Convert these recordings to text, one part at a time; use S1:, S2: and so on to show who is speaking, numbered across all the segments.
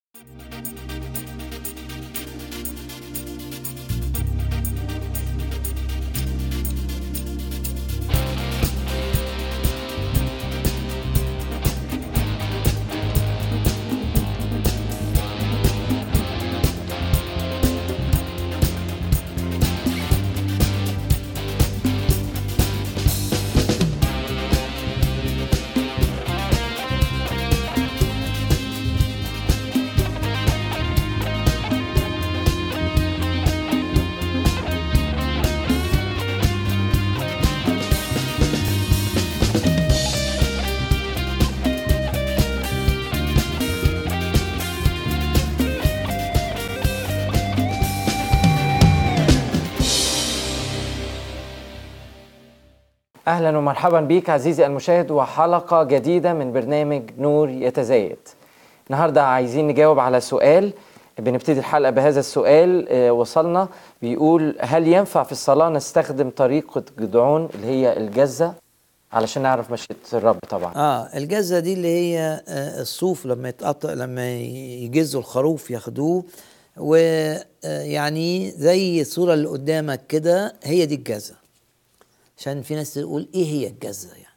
S1: أهلا ومرحبا بيك عزيزي المشاهد وحلقة جديدة من برنامج نور يتزايد. النهاردة عايزين نجاوب على سؤال، بنبتدي الحلقة بهذا السؤال. وصلنا بيقول: هل ينفع في الصلاة نستخدم طريقة جدعون اللي هي الجزة علشان نعرف مشيئة الرب؟ طبعا
S2: الجزة دي اللي هي الصوف لما يتقطع، لما يجزوا الخروف ياخدوه، ويعني زي الصورة اللي قدامك كده، هي دي الجزة. عشان في ناس تقول ايه هي الجزة يعني.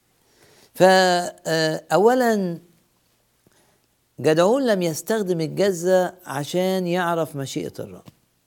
S2: فأولا جدعون لم يستخدم الجزة عشان يعرف مشيئة الرب،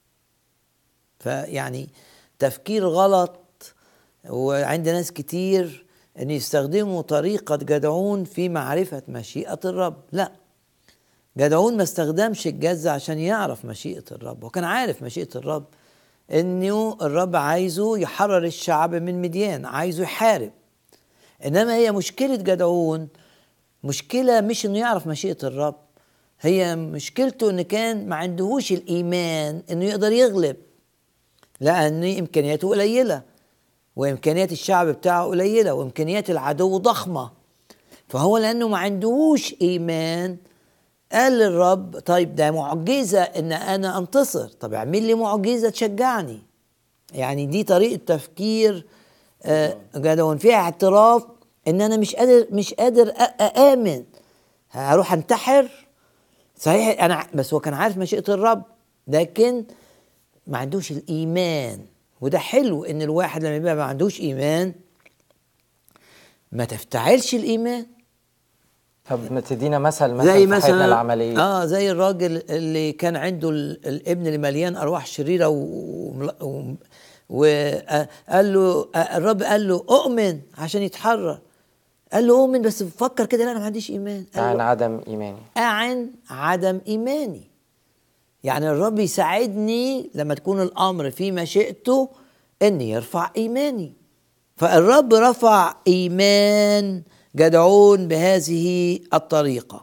S2: فيعني تفكير غلط وعند ناس كتير ان يستخدموا طريقة جدعون في معرفة مشيئة الرب. لا، جدعون ما استخدمش الجزة عشان يعرف مشيئة الرب، وكان عارف مشيئة الرب، انه الرب عايزه يحرر الشعب من مديان، عايزه يحارب. انما هي مشكلة جدعون مشكلة مش انه يعرف مشيئة الرب، هي مشكلته ان كان ما عندهوش الايمان انه يقدر يغلب، لان امكانياته قليلة، وامكانيات الشعب بتاعه قليلة، وامكانيات العدو ضخمة. فهو لانه ما عندهوش ايمان قال للرب: طيب ده معجزة ان انا انتصر، طب اعمل لي معجزة تشجعني. يعني دي طريقة تفكير جدعون، فيها اعتراف ان انا مش قادر اامن، هروح انتحر. صحيح انا، بس هو كان عارف مشيئة الرب، لكن ما عندوش الايمان. وده حلو ان الواحد لما يبقى ما عندوش ايمان ما تفتعلش الايمان.
S1: طب ما تدينا مثل
S2: زي
S1: في حياتنا العملية.
S2: زي الراجل اللي كان عنده الابن اللي مليان ارواح شريره، وقال له الرب قال له اؤمن عشان يتحرر. قال له اؤمن بس فكر كده، لا انا ما عنديش ايمان.
S1: عن عدم ايماني،
S2: عن عدم ايماني. يعني الرب يساعدني لما تكون الامر في مشيئته ان يرفع ايماني. فالرب رفع ايمان جدعون بهذه الطريقة.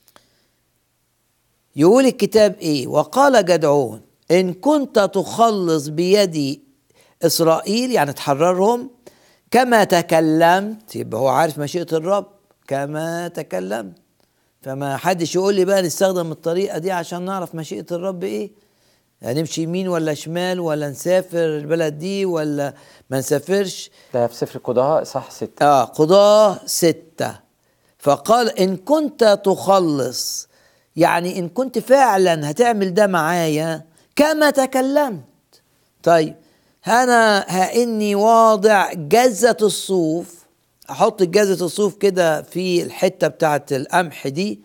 S2: يقول الكتاب ايه؟ وقال جدعون: ان كنت تخلص بيدي اسرائيل، يعني تحررهم، كما تكلمت. يبقى هو عارف مشيئة الرب، كما تكلمت. فما حدش يقول لي بقى نستخدم الطريقة دي عشان نعرف مشيئة الرب ايه، يعني نمشي يمين ولا شمال، ولا نسافر البلد دي ولا ما نسافرش.
S1: ده في سفر قضاء صح 6.
S2: قضاء 6. فقال: إن كنت تخلص، يعني إن كنت فعلا هتعمل ده معايا كما تكلمت. طيب أنا إني واضع جزة الصوف، أحط جزة الصوف كده في الحتة بتاعت القمح دي،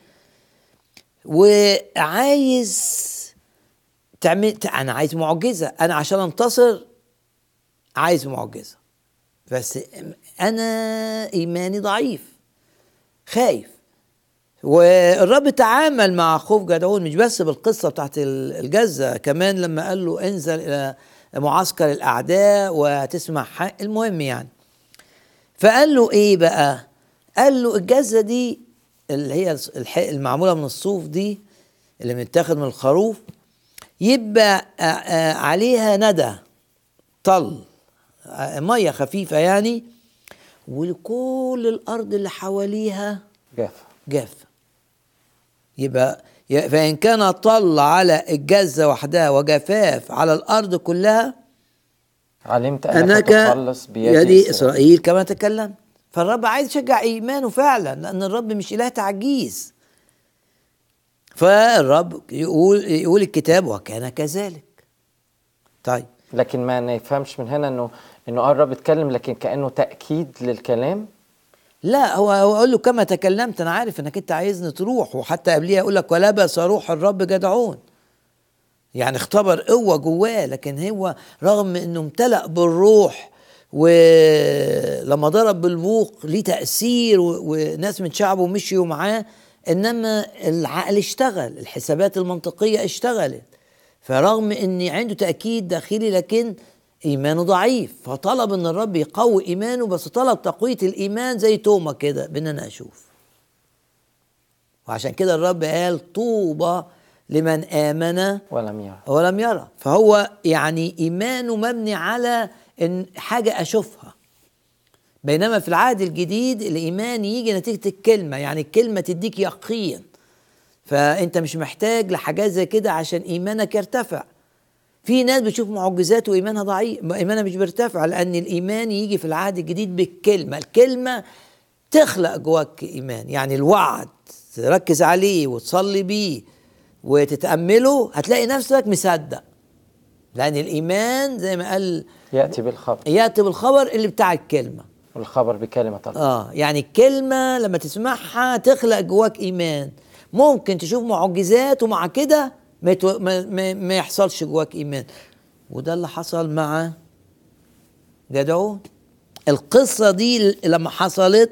S2: وعايز أنا عايز معجزة، أنا عشان أنتصر عايز معجزة، بس أنا إيماني ضعيف، خايف. والرب تعامل مع خوف جدعون مش بس بالقصة بتاعت الجزة، كمان لما قال له انزل إلى معسكر الأعداء وتسمع حق. المهم يعني، فقال له إيه بقى؟ قال له الجزة دي اللي هي المعمولة من الصوف دي، اللي متاخد من الخروف، يبقى عليها ندى، طل مية خفيفة يعني، ولكل الأرض اللي حواليها جافة. يبقى فإن كان طل على الجزة وحدها وجفاف على الأرض كلها،
S1: علمت أنك تخلص
S2: بيد إسرائيل كما تكلم. فالرب عايز يشجع إيمانه فعلا، لأن الرب مش إله تعجيز. فالرب يقول الكتاب وكان كذلك. طيب
S1: لكن ما نفهمش من هنا انه الرب اتكلم لكن كأنه تأكيد للكلام.
S2: لا، هو قال له كما تكلمت، انا عارف انك انت عايزني تروح، وحتى قبليها يقول لك ولبس روح الرب جدعون، يعني اختبر قوة جواه. لكن هو رغم انه امتلأ بالروح ولما ضرب بالبوق ليه تأثير وناس من شعبه مشيوا معاه، انما العقل اشتغل، الحسابات المنطقية اشتغلت. فرغم ان عنده تأكيد داخلي لكن ايمانه ضعيف، فطلب ان الرب يقوي ايمانه، بس طلب تقوية الايمان زي توما كده باننا اشوف. وعشان كده الرب قال طوبى لمن آمن ولم يرى. فهو يعني إيمانه مبني على إن حاجة أشوفها. بينما في العهد الجديد الإيمان يجي نتيجة الكلمة، يعني الكلمة تديك يقين، فأنت مش محتاج لحاجات زي كده عشان إيمانك يرتفع. في ناس بتشوف معجزات وإيمانها ضعيف، إيمانها مش بيرتفع، لأن الإيمان يجي في العهد الجديد بالكلمة. الكلمة تخلق جواك إيمان، يعني الوعد تركز عليه وتصلي بيه وتتأمله هتلاقي نفسك مصدق، لأن الإيمان زي ما قال
S1: يأتي
S2: بالخبر اللي بتاع الكلمة،
S1: والخبر بكلمة الله.
S2: يعني الكلمة لما تسمعها تخلق جواك إيمان. ممكن تشوف معجزات ومع كده ما يحصلش جواك إيمان، وده اللي حصل مع جدعون. القصة دي لما حصلت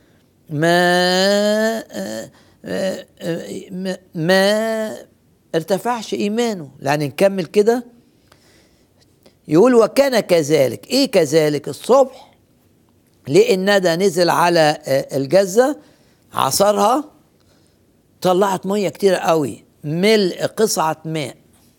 S2: ما ارتفعش إيمانه. لأن نكمل كده يقول وكان كذلك. إيه كذلك؟ الصبح لقى الندى نزل على الجزة، عصرها طلعت مية كتير قوي، ملء قصعة ماء.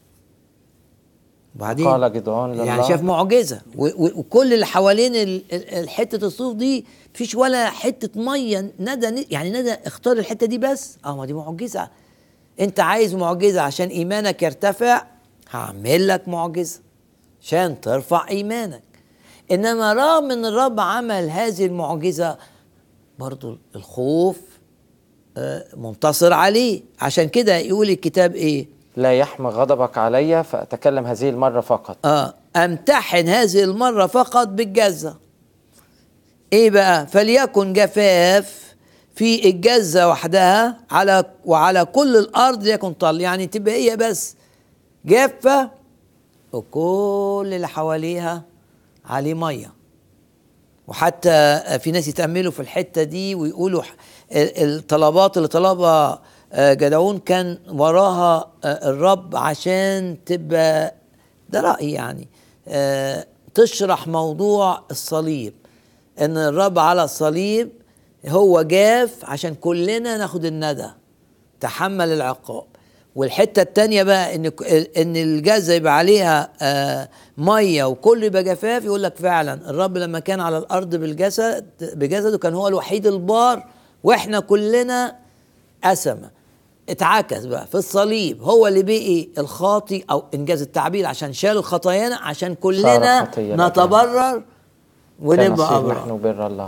S1: وبعدين قال جدعون لله،
S2: يعني شاف معجزة، وكل اللي حوالين الحتة الصوف دي مفيش ولا حتة مية. ندى يعني ندى اختار الحتة دي بس. ما دي معجزة. انت عايز معجزة عشان ايمانك يرتفع، هعمل لك معجزة عشان ترفع ايمانك. انما رغم ان الرب عمل هذه المعجزة برضو الخوف منتصر عليه. عشان كده يقول الكتاب ايه؟
S1: لا يحمى غضبك علي فأتكلم هذه المرة فقط.
S2: امتحن هذه المرة فقط بالجزة. ايه بقى؟ فليكن جفاف في الجزة وحدها وعلى كل الارض ليكن طل. يعني تبقى هي بس جافة وكل اللي حواليها عليه مية. وحتى في ناس يتأملوا في الحتة دي ويقولوا الطلبات اللي طلبها جدعون كان وراها الرب عشان تبقى، ده رأيي يعني، تشرح موضوع الصليب، ان الرب على الصليب هو جاف عشان كلنا ناخد الندى، تحمل العقاب. والحتة التانية بقى ان الجزة يبقى عليها مية وكل يبقى جفاف. يقول لك فعلا الرب لما كان على الارض بجسده كان هو الوحيد البار واحنا كلنا أسمة. اتعكس بقى في الصليب، هو اللي بقي الخاطي، او انجاز التعبير عشان شال خطايانا عشان كلنا نتبرر ونبقى أبرار.
S1: نحن بر الله.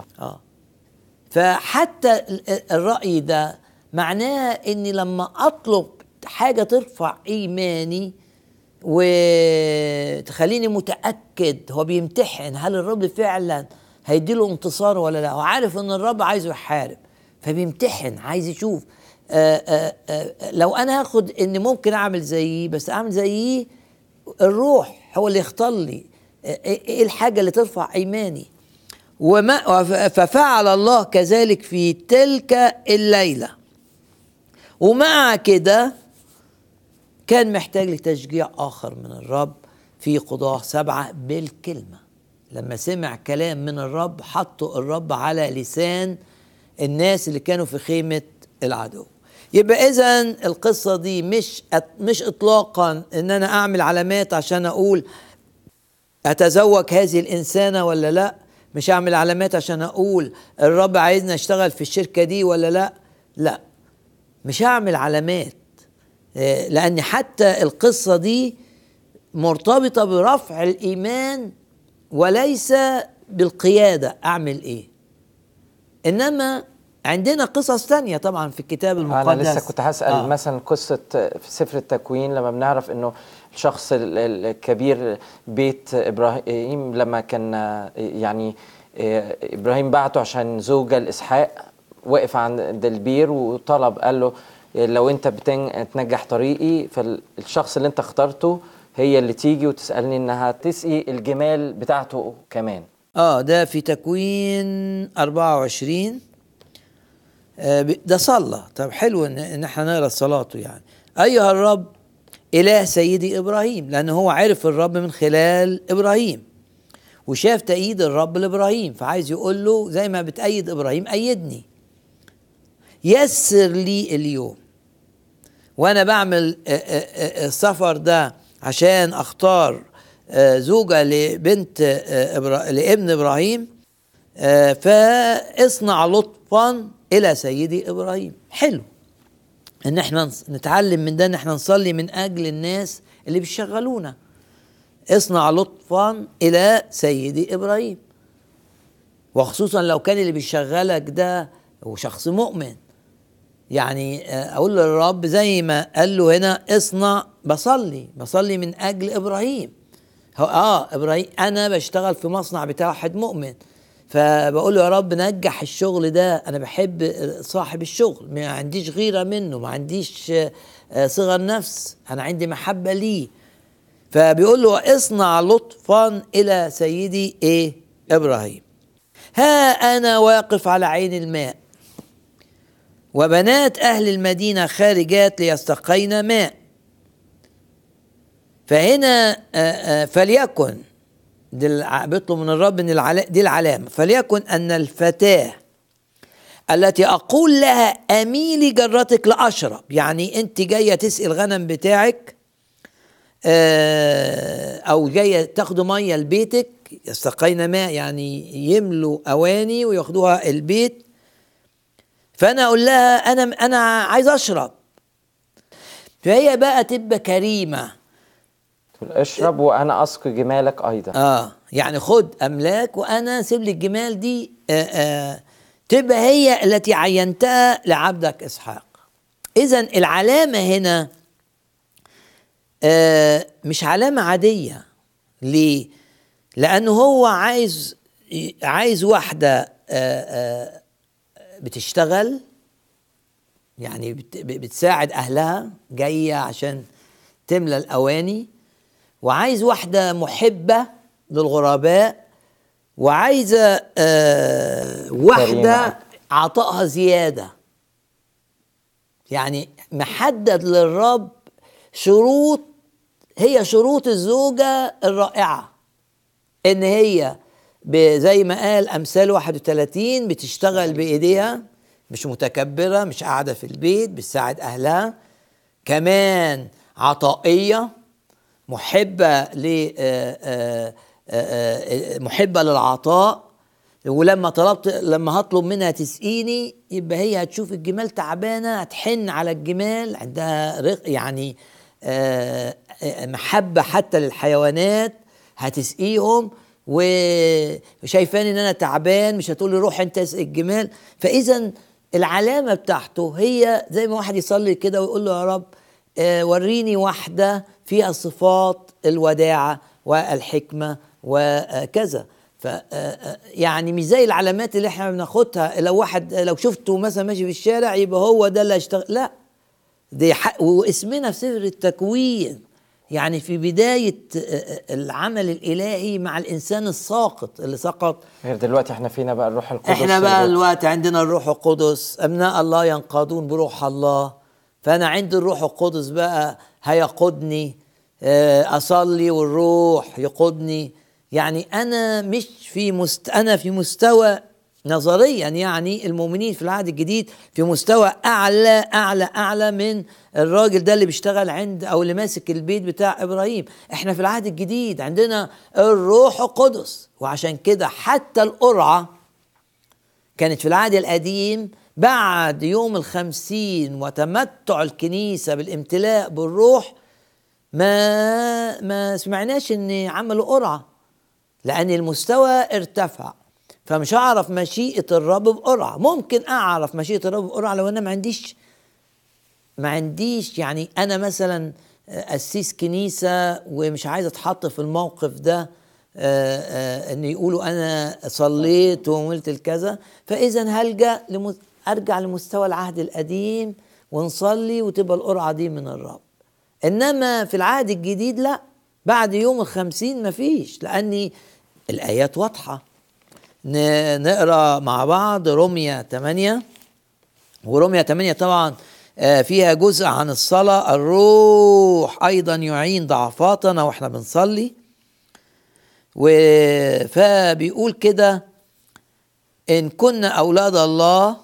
S2: فحتى الرأي ده معناه اني لما اطلب حاجة ترفع ايماني وتخليني متأكد، هو بيمتحن هل الرب فعلا هيديله انتصار ولا لا. هو عارف ان الرب عايزه يحارب فبيمتحن، عايز يشوف لو انا هاخد ان ممكن اعمل زيه، بس اعمل زيه الروح هو اللي يختار لي ايه الحاجة اللي ترفع ايماني. ففعل الله كذلك في تلك الليلة. ومع كده كان محتاج لتشجيع آخر من الرب في قضاة 7 بالكلمة. لما سمع كلام من الرب حطوا الرب على لسان الناس اللي كانوا في خيمة العدو. يبقى إذن القصة دي مش إطلاقا إن أنا أعمل علامات عشان أقول أتزوج هذه الإنسانة ولا لا، مش أعمل علامات عشان أقول الرب عايزنا أشتغل في الشركة دي ولا لا، مش هعمل علامات، لأن حتى القصة دي مرتبطة برفع الإيمان وليس بالقيادة أعمل إيه. إنما عندنا قصص تانية طبعا في الكتاب المقدس.
S1: أنا لسه كنت هسأل مثلا قصة في سفر التكوين، لما بنعرف إنه الشخص الكبير بيت إبراهيم لما كان يعني إبراهيم بعته عشان زوجة لإسحاق، وقف عند البير وطلب، قال له لو أنت بتنجح طريقي فالشخص اللي أنت اخترته هي اللي تيجي وتسألني إنها تسقي الجمال بتاعته كمان.
S2: ده في تكوين 24. ده صلى. طب حلو ان احنا نقرا صلاته. يعني ايها الرب اله سيدي ابراهيم، لان هو عرف الرب من خلال ابراهيم وشاف تأييد الرب لابراهيم، فعايز يقول له زي ما بتأيد ابراهيم أيدني. يسر لي اليوم وانا بعمل السفر ده عشان اختار زوجة لابن ابراهيم، فاصنع لطفا الى سيدي ابراهيم. حلو ان احنا نتعلم من ده، ان احنا نصلي من اجل الناس اللي بيشغلونا. اصنع لطفا الى سيدي ابراهيم، وخصوصا لو كان اللي بيشغلك ده هو شخص مؤمن. يعني اقول للرب زي ما قال له هنا اصنع، بصلي من اجل ابراهيم. ابراهيم انا بشتغل في مصنع بتاع واحد مؤمن، فبقول له يا رب نجح الشغل ده، انا بحب صاحب الشغل، ما عنديش غيرة منه، ما عنديش صغر نفس، انا عندي محبة ليه. فبيقول له اصنع لطفا الى سيدي ابراهيم. ها انا واقف على عين الماء، وبنات اهل المدينة خارجات ليستقين ماء. فهنا فليكن بيطلب من الرب ان دي العلامة، فليكن ان الفتاة التي اقول لها اميلي جرتك لاشرب، يعني انت جاية تسقي الغنم بتاعك او جاية تاخدوا مية لبيتك، يستقين ماء يعني يملوا اواني وياخدوها البيت، فانا اقول لها انا عايز اشرب، فهي بقى تبقى كريمة،
S1: تقول اشرب وانا اسقي جمالك ايضا.
S2: يعني خد املاك وانا سيب لي الجمال دي. تبقى هي التي عينتها لعبدك اسحاق. اذا العلامة هنا مش علامة عادية. ليه؟ لانه هو عايز واحدة بتشتغل، يعني بتساعد اهلها، جاية عشان تملى الاواني، وعايز واحدة محبة للغرباء، وعايزة واحدة عطائها زيادة. يعني محدد للرب شروط، هي شروط الزوجة الرائعة، ان هي زي ما قال امثال 31 بتشتغل بايديها، مش متكبرة، مش قاعدة في البيت، بتساعد اهلها، كمان عطائية، محبة محبة للعطاء. ولما لما هطلب منها تسقيني، يبقى هي هتشوف الجمال تعبانة، هتحن على الجمال، عندها يعني محبة حتى للحيوانات، هتسقيهم، وشايفاني ان انا تعبان، مش هتقولي روح انت اسقي الجمال. فاذا العلامة بتاعته هي زي ما واحد يصلي كده ويقول له يا رب وريني واحدة فيها صفات الوداعة والحكمة وكذا. يعني مش زي العلامات اللي احنا بناخدها، لو شفته مثلا ماشي في الشارع يبقى هو ده اللي هيشتغل، لا، دي واسمنا في سفر التكوين، يعني في بداية العمل الإلهي مع الإنسان الساقط اللي سقط.
S1: غير دلوقتي احنا فينا بقى الروح القدس،
S2: احنا بقى دلوقتي عندنا الروح القدس، أبناء الله ينقادون بروح الله. فأنا عندي الروح القدس بقى هيقودني، أصلي والروح يقودني. يعني أنا مش أنا في مستوى نظريا، يعني المؤمنين في العهد الجديد في مستوى أعلى أعلى أعلى من الراجل ده اللي بيشتغل عند أو اللي ماسك البيت بتاع إبراهيم. احنا في العهد الجديد عندنا الروح القدس، وعشان كده حتى القرعة كانت في العهد القديم بعد يوم 50 وتمتع الكنيسة بالامتلاء بالروح، ما سمعناش ان عملوا قرعة، لأن المستوى ارتفع. فمش هعرف مشيئة الرب بقرعة. ممكن اعرف مشيئة الرب بقرعة لو انا ما عنديش يعني انا مثلا قسيس كنيسة ومش عايز اتحط في الموقف ده، ان يقولوا انا صليت وعملت الكذا، فاذا ارجع لمستوى العهد القديم ونصلي وتبقى القرعة دي من الرب. انما في العهد الجديد لا، بعد يوم 50 مفيش، لاني الايات واضحة. نقرأ مع بعض رمية 8. ورمية 8 طبعا فيها جزء عن الصلاة. الروح أيضا يعين ضعفاتنا وإحنا بنصلي. فبيقول كده: إن كنا أولاد الله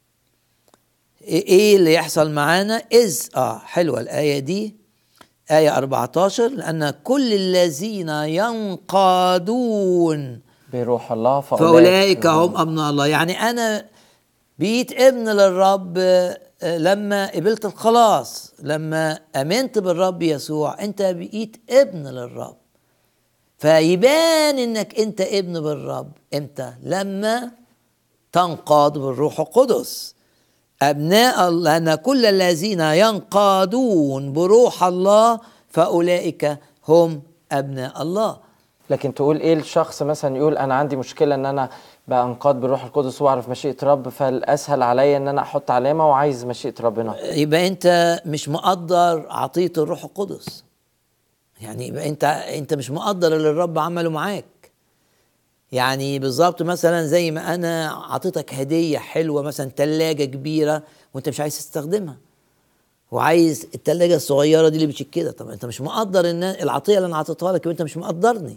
S2: إيه اللي يحصل معانا؟ حلوة الآية دي، آية 14: لأن كل الذين ينقادون
S1: بروح الله
S2: فأولئك هم أبناء الله. يعني أنا بقيت ابن للرب لما قبلت الخلاص، لما امنت بالرب يسوع انت بقيت ابن للرب. فيبان انك انت ابن بالرب امتى؟ لما تنقاد بالروح القدس. ابناء الله، لان كل الذين ينقادون بروح الله فاولئك هم ابناء الله.
S1: لكن تقول ايه الشخص مثلا يقول انا عندي مشكله ان انا بانقاد بالروح القدس واعرف مشيئه رب، فالاسهل عليا ان انا احط علامه وعايز مشيئه ربنا؟
S2: يبقى انت مش مقدر عطيه الروح القدس. يعني يبقى انت مش مقدر اللي الرب عمله معاك. يعني بالظبط مثلا زي ما انا عطيتك هديه حلوه، مثلا ثلاجه كبيره وانت مش عايز تستخدمها، وعايز الثلاجه الصغيره دي اللي بتشكلها. طب انت مش مقدر ان العطيه اللي انا عطيتها لك وانت مش مقدرني.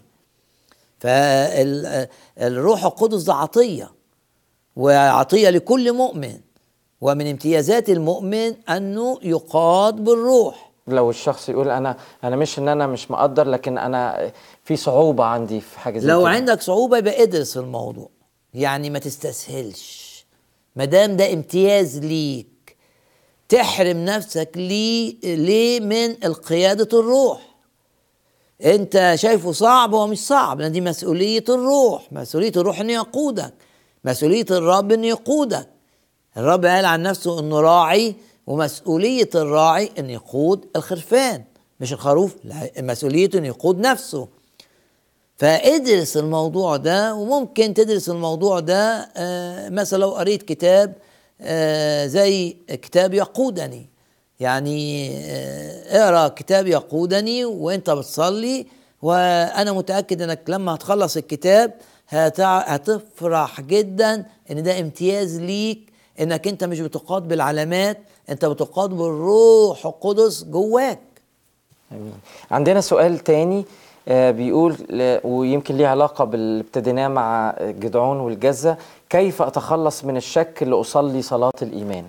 S2: فالروح القدس ده عطيه، وعطيه لكل مؤمن، ومن امتيازات المؤمن انه يقاد بالروح.
S1: لو الشخص يقول انا مش ان انا مش مقدر، لكن انا في صعوبه عندي في حاجه زي كده.
S2: لو عندك صعوبه يبقى ادرس الموضوع، يعني ما تستسهلش. ما دام ده امتياز ليك، تحرم نفسك ليه من القياده الروح؟ انت شايفه صعب، هو مش صعب، لان دي مسؤوليه الروح. مسؤوليه الروح انه يقودك، مسؤولية الرب انه يقودك. الرب قال عن نفسه انه راعي، ومسؤولية الراعي انه يقود الخرفان مش الخروف، مسؤوليته انه يقود نفسه. فادرس الموضوع ده، وممكن تدرس الموضوع ده مثلا لو قريت كتاب زي كتاب يقودني. يعني اقرأ كتاب يقودني وانت بتصلي، وانا متأكد انك لما هتخلص الكتاب هتفرح جدا ان ده امتياز ليك، انك انت مش بتقاد بالعلامات، انت بتقاد بالروح القدس جواك.
S1: عندنا سؤال تاني بيقول، ويمكن ليه علاقة باللي ابتديناه مع جدعون والجزة: كيف أتخلص من الشك لأصلي صلاة الإيمان؟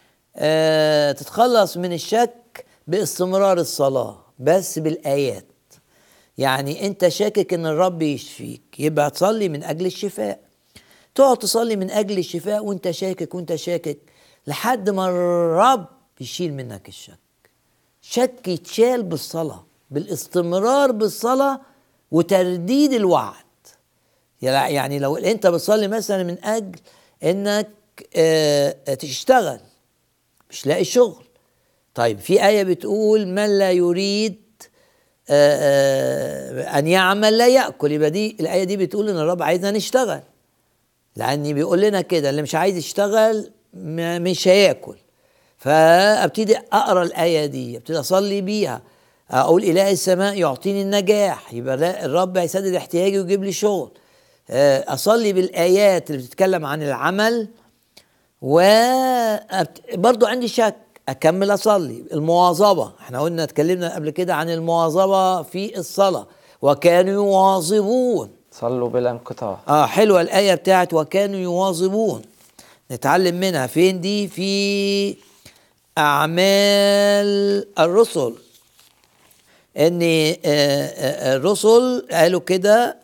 S2: تتخلص من الشك باستمرار الصلاة، بس بالآيات. يعني انت شاكك ان الرب يشفيك، يبقى تصلي من اجل الشفاء. تقعد تصلي من اجل الشفاء وانت شاكك لحد ما الرب يشيل منك الشك. شك يتشال بالصلاة، بالاستمرار بالصلاة وترديد الوعد. يعني لو انت بتصلي مثلا من اجل انك تشتغل، مش لاقي شغل، طيب في آية بتقول من لا يريد أن يعمل لا يأكل. يبقى دي الآية دي بتقول إن الرب عايزنا نشتغل، لأن بيقول لنا كده اللي مش عايز يشتغل مش هياكل. فأبتدي أقرأ الآية دي، أبتدي أصلي بيها، أقول إله السماء يعطيني النجاح، يبقى الرب هيسدد احتياجي ويجيب لي شغل. أصلي بالآيات اللي بتتكلم عن العمل. وبرضو عندي شك، أكمل أصلي. المواظبة، احنا قلنا اتكلمنا قبل كده عن المواظبة في الصلاة، وكانوا يواظبون
S1: صلوا بلا انقطاع.
S2: حلوة الآية بتاعت وكانوا يواظبون، نتعلم منها. فين دي؟ في أعمال الرسل، ان الرسل قالوا كده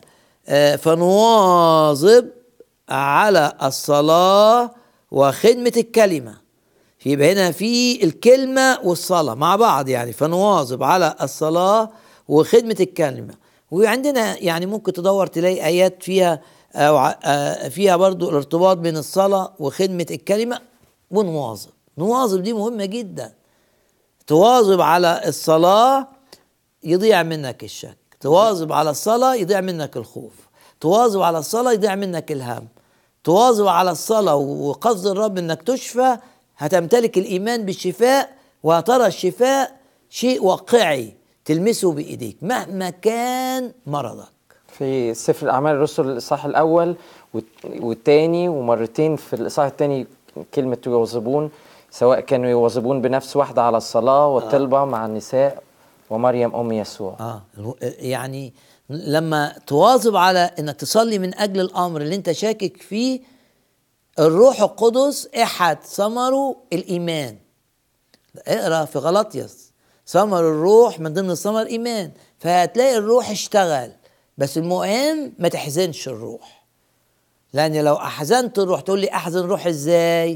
S2: فنواظب على الصلاة وخدمة الكلمة. يبقى هنا في الكلمة والصلاة مع بعض، يعني فنواظب على الصلاة وخدمة الكلمة. وعندنا يعني ممكن تدور تلاقي آيات فيها فيها برضو الارتباط بين الصلاة وخدمة الكلمة. نواظب دي مهمة جدا. تواظب على الصلاة يضيع منك الشك، تواظب على الصلاة يضيع منك الخوف، تواظب على الصلاة يضيع منك الهم، تواظب على الصلاة وقصد الرب انك تشفى، هتمتلك الإيمان بالشفاء، وهترى الشفاء شيء واقعي تلمسه بإيديك مهما كان مرضك.
S1: في سفر الأعمال الرسل الإصحاح الأول والثاني ومرتين في الإصحاح الثاني كلمة يواظبون، سواء كانوا يواظبون بنفس واحدة على الصلاة والطلبة مع النساء ومريم أم يسوع.
S2: يعني لما تواظب على انك تصلي من اجل الامر اللي انت شاكك فيه، الروح القدس احد ثمره الايمان. اقرا في غلاطياس، ثمر الروح من ضمن الثمر ايمان، فهتلاقي الروح اشتغل. بس المهم ما تحزنش الروح، لان لو احزنت الروح، تقول لي احزن الروح ازاي؟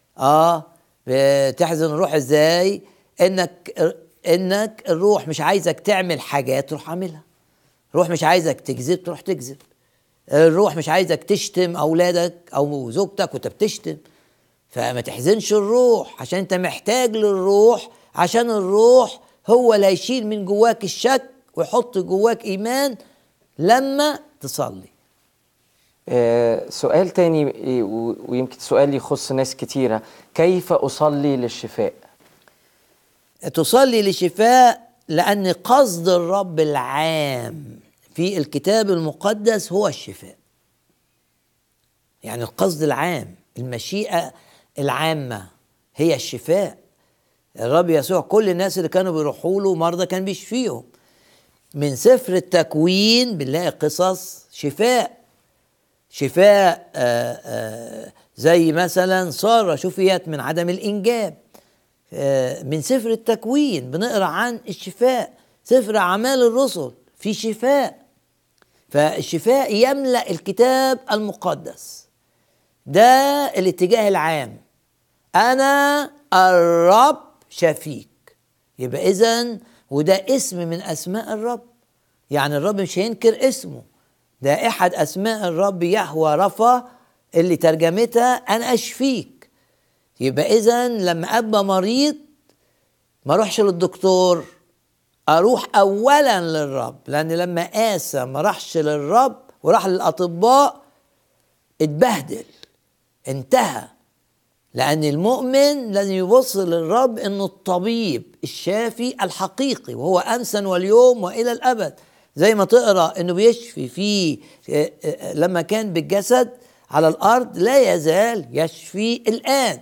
S2: تحزن الروح ازاي؟ انك الروح مش عايزك تعمل حاجات تروح عاملها، الروح مش عايزك تكذب تروح تكذب، الروح مش عايزك تشتم اولادك او زوجتك وانت بتشتم. فما تحزنش الروح، عشان انت محتاج للروح، عشان الروح هو اللي هيشيل من جواك الشك ويحط جواك ايمان لما تصلي.
S1: سؤال تاني ويمكن سؤال يخص ناس كتيرة، كيف أصلي للشفاء؟
S2: تصلي للشفاء لأن قصد الرب العام في الكتاب المقدس هو الشفاء. يعني القصد العام، المشيئة العامة هي الشفاء. الرب يسوع كل الناس اللي كانوا بيروحوا له مرضى كان بيشفيهم. من سفر التكوين بنلاقي قصص شفاء زي مثلا سارة شفيت من عدم الإنجاب. من سفر التكوين بنقرأ عن الشفاء. سفر أعمال الرسل في شفاء. فالشفاء يملأ الكتاب المقدس. ده الاتجاه العام، أنا الرب شفيك. يبقى إذن وده اسم من أسماء الرب، يعني الرب مش هينكر اسمه، ده أحد أسماء الرب يهوه رفا اللي ترجمتها أنا أشفيك. يبقى إذن لما أبقى مريض ما أروحش للدكتور، أروح أولا للرب، لأن لما آسى ما راحش للرب وراح للأطباء اتبهدل، انتهى. لأن المؤمن لازم يبص للرب إنه الطبيب الشافي الحقيقي، وهو أمسا واليوم وإلى الأبد. زي ما تقرأ إنه بيشفي في لما كان بالجسد على الأرض، لا يزال يشفي الآن.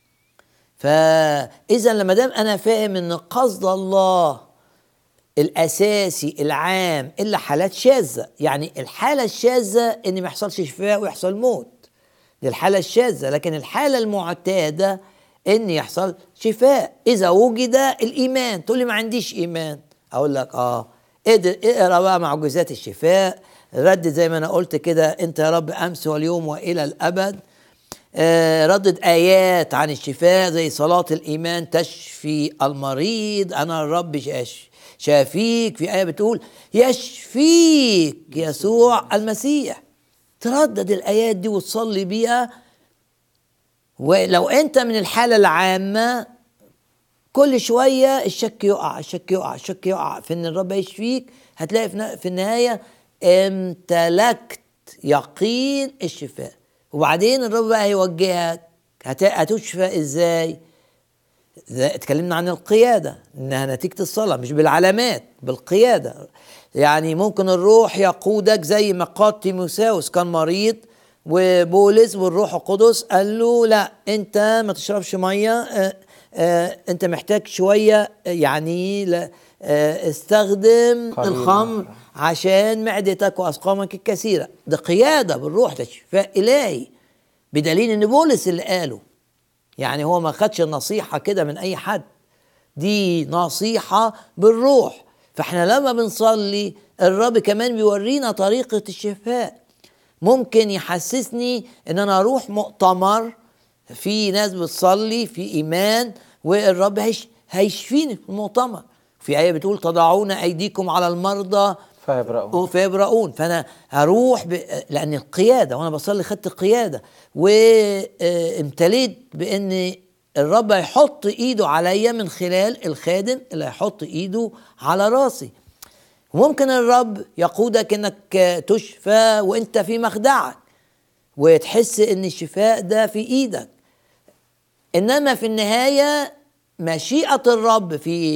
S2: فإذا لما دام أنا فاهم إن قصد الله الأساسي العام إلا حالات شاذة، يعني الحالة الشاذة إن ما يحصلش شفاء ويحصل موت، دي الحالة الشاذة. لكن الحالة المعتادة إن يحصل شفاء إذا وجد الإيمان. تقول لي ما عنديش إيمان، أقول لك اقرأ بقى معجزات الشفاء، ردد زي ما أنا قلت كده، أنت يا رب أمس واليوم وإلى الأبد. ردد آيات عن الشفاء زي صلاة الإيمان تشفي المريض، أنا الرب شافيك. في آية بتقول يشفيك يسوع المسيح. تردد الآيات دي وتصلي بيها. ولو أنت من الحالة العامة كل شوية الشك يقع في إن الرب يشفيك، هتلاقي في النهاية امتلكت يقين الشفاء. وبعدين الرب بقى هيوجهك هتشفى ازاي. اتكلمنا عن القيادة انها نتيجة الصلاة، مش بالعلامات، بالقيادة. يعني ممكن الروح يقودك زي ما قاد تيموثاوس كان مريض، وبولس والروح القدس قال له لا انت ما تشربش مية، انت محتاج شوية، يعني استخدم الخمر عشان معدتك وأسقامك الكثيرة. ده قيادة بالروح، ده شفاء إلهي، بدليل إن بولس اللي قاله. يعني هو ما خدش النصيحة كده من أي حد، دي نصيحة بالروح. فإحنا لما بنصلي الرب كمان بيورينا طريقة الشفاء. ممكن يحسسني إن أنا أروح مؤتمر في ناس بتصلي في إيمان والرب هيشفيني في المؤتمر. في آية بتقول تضعون أيديكم على المرضى فيبرؤون. فانا هروح لان القياده، وانا بصلي خدت القياده وامتليت بان الرب هيحط ايده عليا من خلال الخادم اللي هيحط ايده على راسي. وممكن الرب يقودك انك تشفى وانت في مخدعك وتحس ان الشفاء ده في ايدك، انما في النهايه مشيئه الرب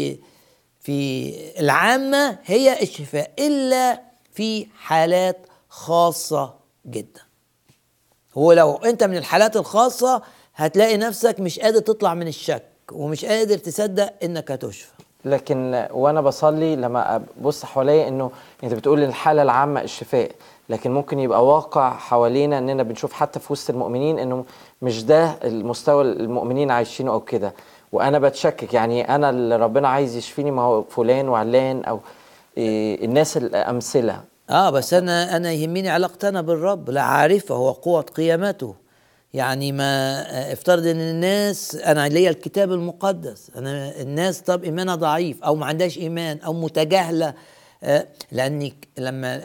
S2: في العامه هي الشفاء، الا في حالات خاصه جدا. هو لو انت من الحالات الخاصه هتلاقي نفسك مش قادر تطلع من الشك ومش قادر تصدق انك هتشفى.
S1: لكن وانا بصلي لما ابص حواليا انه انت بتقول الحاله العامه الشفاء، لكن ممكن يبقى واقع حوالينا اننا بنشوف حتى في وسط المؤمنين انه مش ده المستوى المؤمنين عايشينه او كده، وانا بتشكك يعني انا اللي ربنا عايز يشفيني ما هو فلان وعلان او الناس الامثله.
S2: بس انا يهمني علاقتي انا بالرب، لا عارفه هو قوه قيامته. يعني ما افترض ان الناس، انا ليا الكتاب المقدس، انا الناس طب ايمانها ضعيف او ما عندهاش ايمان او متجاهله، لان لما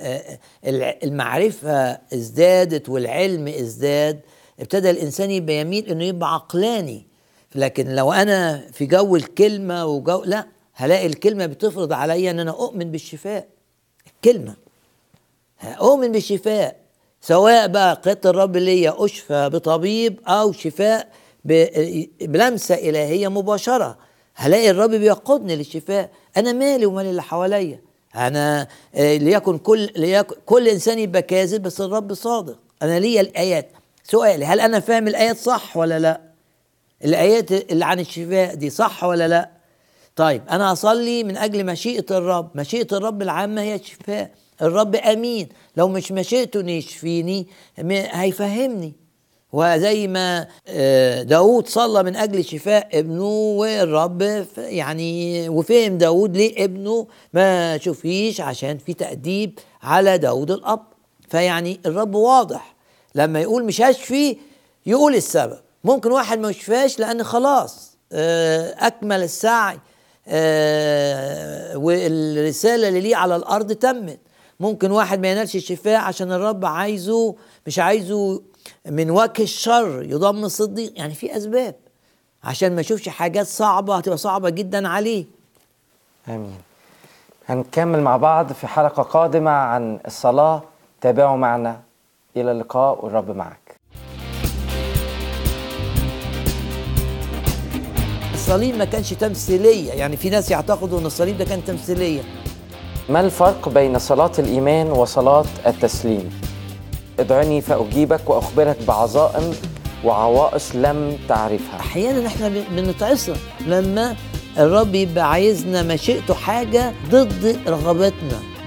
S2: المعرفه ازدادت والعلم ازداد ابتدى الانسان يبقى يميل انه يبقى عقلاني. لكن لو انا في جو الكلمه وجو، لا، هلاقي الكلمه بتفرض عليا ان انا اؤمن بالشفاء. الكلمه اؤمن بالشفاء، سواء بقى قيادة الرب ليا أشفى بطبيب أو شفاء بلمسة إلهية مباشرة. هلاقي الرب بيقودني للشفاء. أنا مالي ومال اللي حواليا. أنا ليكن كل إنسان يبقى كاذب بس الرب صادق. أنا ليا الآيات. سؤالي، هل أنا فاهم الآيات صح ولا لا؟ الآيات اللي عن الشفاء دي صح ولا لا؟ طيب أنا أصلي من أجل مشيئة الرب. مشيئة الرب العامة هي الشفاء. الرب أمين، لو مش مشيئته يشفيني هيفهمني. وزي ما داود صلى من أجل شفاء ابنه، والرب يعني وفهم داود ليه ابنه ما شفيش، عشان في تأديب على داود الأب. فيعني الرب واضح لما يقول مش هشفي يقول السبب. ممكن واحد ما يشفاش لأن خلاص أكمل السعي والرسالة اللي ليه على الأرض تمت. ممكن واحد ما ينالش الشفاء عشان الرب مش عايزه من وجه الشر يضم الصديق. يعني في أسباب عشان ما يشوفش حاجات صعبة هتبقى صعبة جدا عليه.
S1: آمين. هنكمل مع بعض في حلقة قادمة عن الصلاة. تابعوا معنا. إلى اللقاء والرب معك.
S2: الصليب ما كانش تمثيلية، يعني في ناس يعتقدوا أن الصليب ده كان تمثيلية.
S1: ما الفرق بين صلاة الإيمان وصلاة التسليم؟ ادعني فأجيبك وأخبرك بعظائم وعوائص لم تعرفها.
S2: أحيانا احنا بنتعصر لما الرب يبقى عايزنا مشيئته حاجة ضد رغبتنا.